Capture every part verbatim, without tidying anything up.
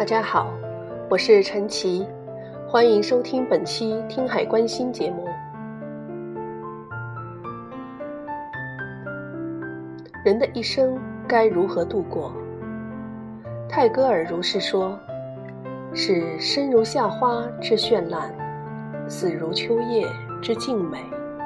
家好，我是陈琦，欢迎收听本期听海观心节目。人的一生该如何度过？泰戈尔如是说，是生如夏花之绚烂，死如秋叶之静美。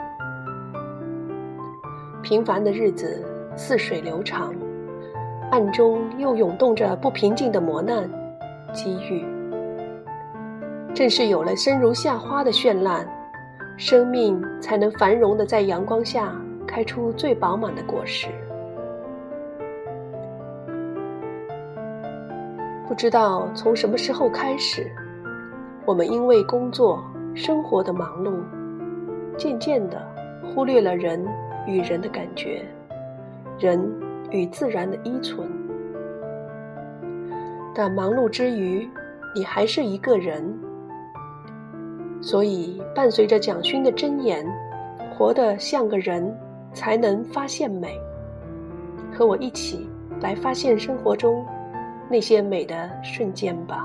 平凡的日子似水流长，暗中又涌动着不平静的磨难机遇。正是有了生如夏花的绚烂，生命才能繁荣地在阳光下开出最饱满的果实。不知道从什么时候开始，我们因为工作生活的忙碌，渐渐地忽略了人与人的感觉，人与自然的依存。但忙碌之余，你还是一个人，所以伴随着蒋勋的箴言，活得像个人，才能发现美。和我一起来发现生活中那些美的瞬间吧。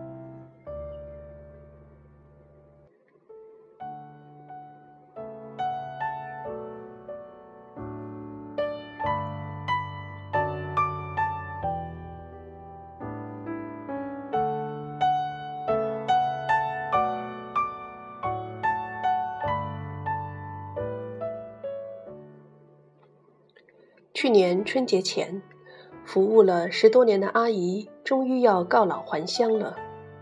去年春节前，服务了十多年的阿姨终于要告老还乡了。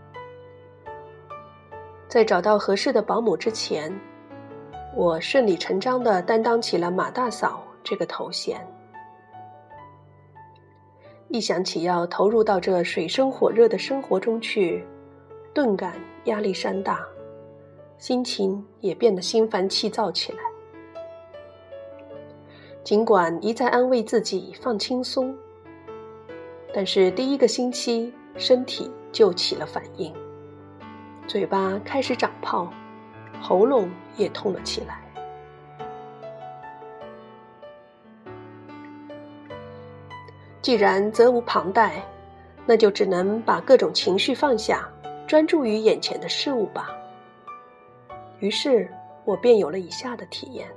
在找到合适的保姆之前，我顺理成章地担当起了马大嫂这个头衔。一想起要投入到这水深火热的生活中去，顿感压力山大，心情也变得心烦气躁起来。尽管一再安慰自己放轻松，但是第一个星期身体就起了反应，嘴巴开始长泡，喉咙也痛了起来。既然责无旁贷，那就只能把各种情绪放下，专注于眼前的事物吧。于是我便有了以下的体验。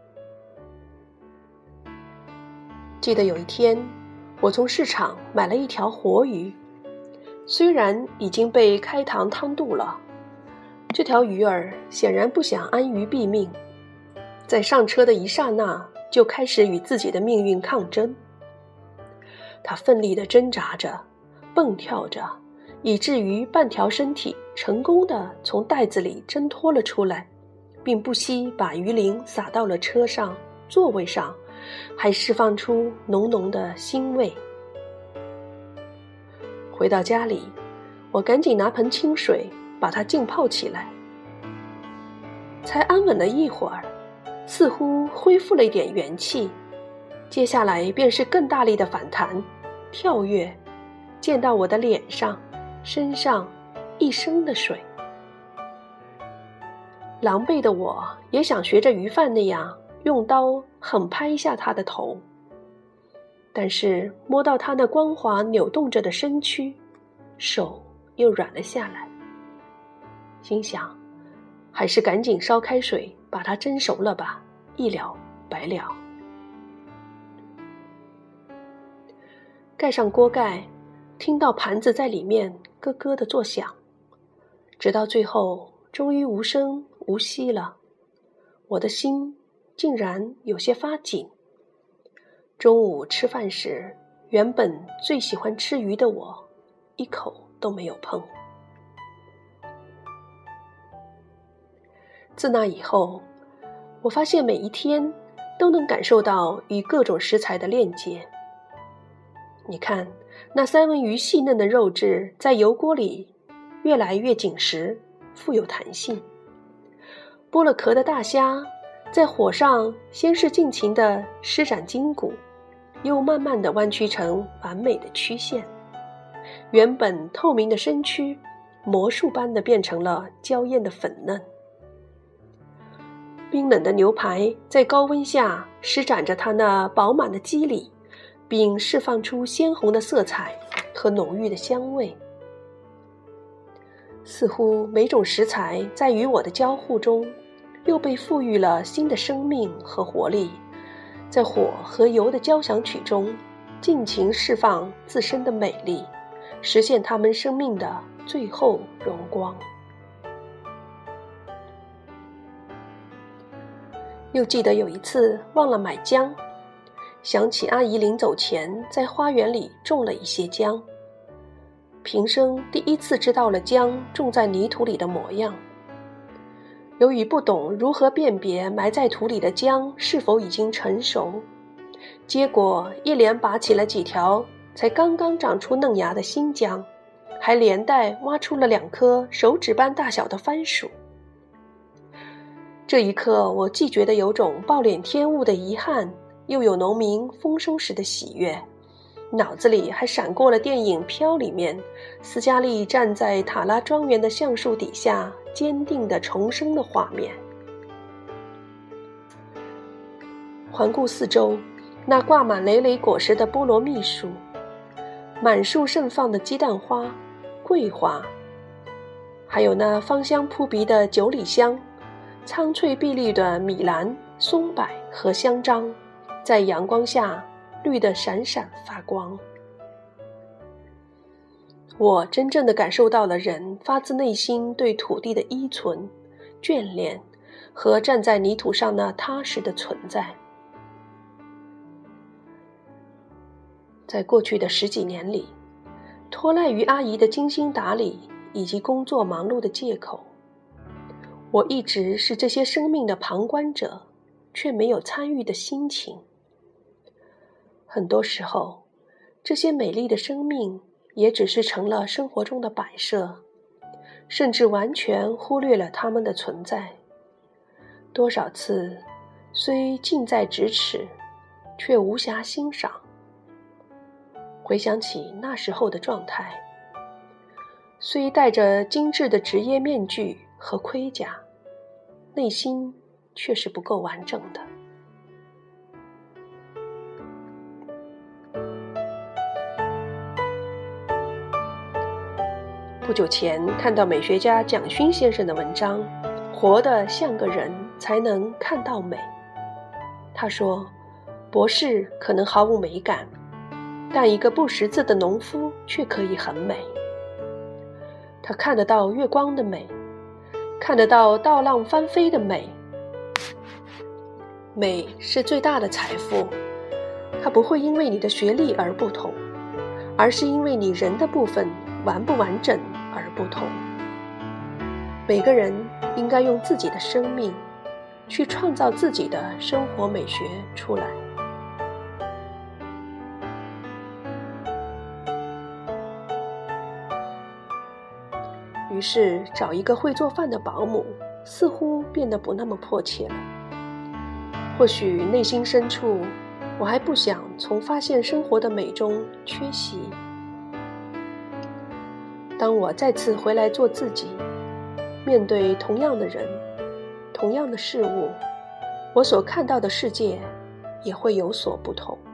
记得有一天，我从市场买了一条活鱼，虽然已经被开膛汤肚了，这条鱼儿显然不想安于毙命，在上车的一刹那就开始与自己的命运抗争。它奋力地挣扎着，蹦跳着，以至于半条身体成功地从袋子里挣脱了出来，并不惜把鱼鳞撒到了车上、座位上，还释放出浓浓的腥味。回到家里，我赶紧拿盆清水把它浸泡起来。才安稳了一会儿，似乎恢复了一点元气，接下来便是更大力的反弹、跳跃，溅到我的脸上、身上，一身的水。狼狈的我也想学着鱼贩那样用刀狠拍一下他的头，但是摸到他那光滑扭动着的身躯，手又软了下来。心想，还是赶紧烧开水把它蒸熟了吧，一了百了。盖上锅盖，听到盘子在里面咯咯地作响，直到最后终于无声无息了，我的心竟然有些发紧。中午吃饭时，原本最喜欢吃鱼的我，一口都没有碰。自那以后，我发现每一天都能感受到与各种食材的链接。你看，那三文鱼细嫩的肉质在油锅里越来越紧实，富有弹性。剥了壳的大虾在火上先是尽情地施展筋骨，又慢慢地弯曲成完美的曲线，原本透明的身躯魔术般地变成了娇艳的粉嫩。冰冷的牛排在高温下施展着它那饱满的肌理，并释放出鲜红的色彩和浓郁的香味。 似乎每种食材在与我的交互中，又被赋予了新的生命和活力，在火和油的交响曲中，尽情释放自身的美丽，实现它们生命的最后荣光。又记得有一次忘了买姜，想起阿姨临走前在花园里种了一些姜，平生第一次知道了姜种在泥土里的模样。由于不懂如何辨别埋在土里的姜是否已经成熟，结果一连拔起了几条才刚刚长出嫩芽的新姜，还连带挖出了两颗手指般大小的番薯。这一刻，我既觉得有种暴殄天物的遗憾，又有农民丰收时的喜悦，脑子里还闪过了电影《飘》里面斯嘉丽站在塔拉庄园的橡树底下坚定地重生的画面。环顾四周，那挂满累累果实的菠萝蜜树，满树盛放的鸡蛋花、桂花，还有那芳香扑鼻的九里香，苍翠碧绿的米兰、松柏和香樟，在阳光下绿得闪闪发光。我真正地感受到了人发自内心对土地的依存、眷恋和站在泥土上那踏实的存在。在过去的十几年里，托赖于阿姨的精心打理以及工作忙碌的借口，我一直是这些生命的旁观者，却没有参与的心情。很多时候，这些美丽的生命也只是成了生活中的摆设，甚至完全忽略了它们的存在。多少次虽近在咫尺，却无暇欣赏。回想起那时候的状态，虽戴着精致的职业面具和盔甲，内心却是不够完整的。不久前看到美学家蒋勋先生的文章《活得像个人才能看到美》。他说，博士可能毫无美感，但一个不识字的农夫却可以很美。他看得到月光的美，看得到稻浪翻飞的美。美是最大的财富，它不会因为你的学历而不同，而是因为你人的部分完不完整而不同。每个人应该用自己的生命去创造自己的生活美学出来。于是找一个会做饭的保姆似乎变得不那么迫切了。或许内心深处，我还不想从发现生活的美中缺席。当我再次回来做自己，面对同样的人、同样的事物，我所看到的世界也会有所不同。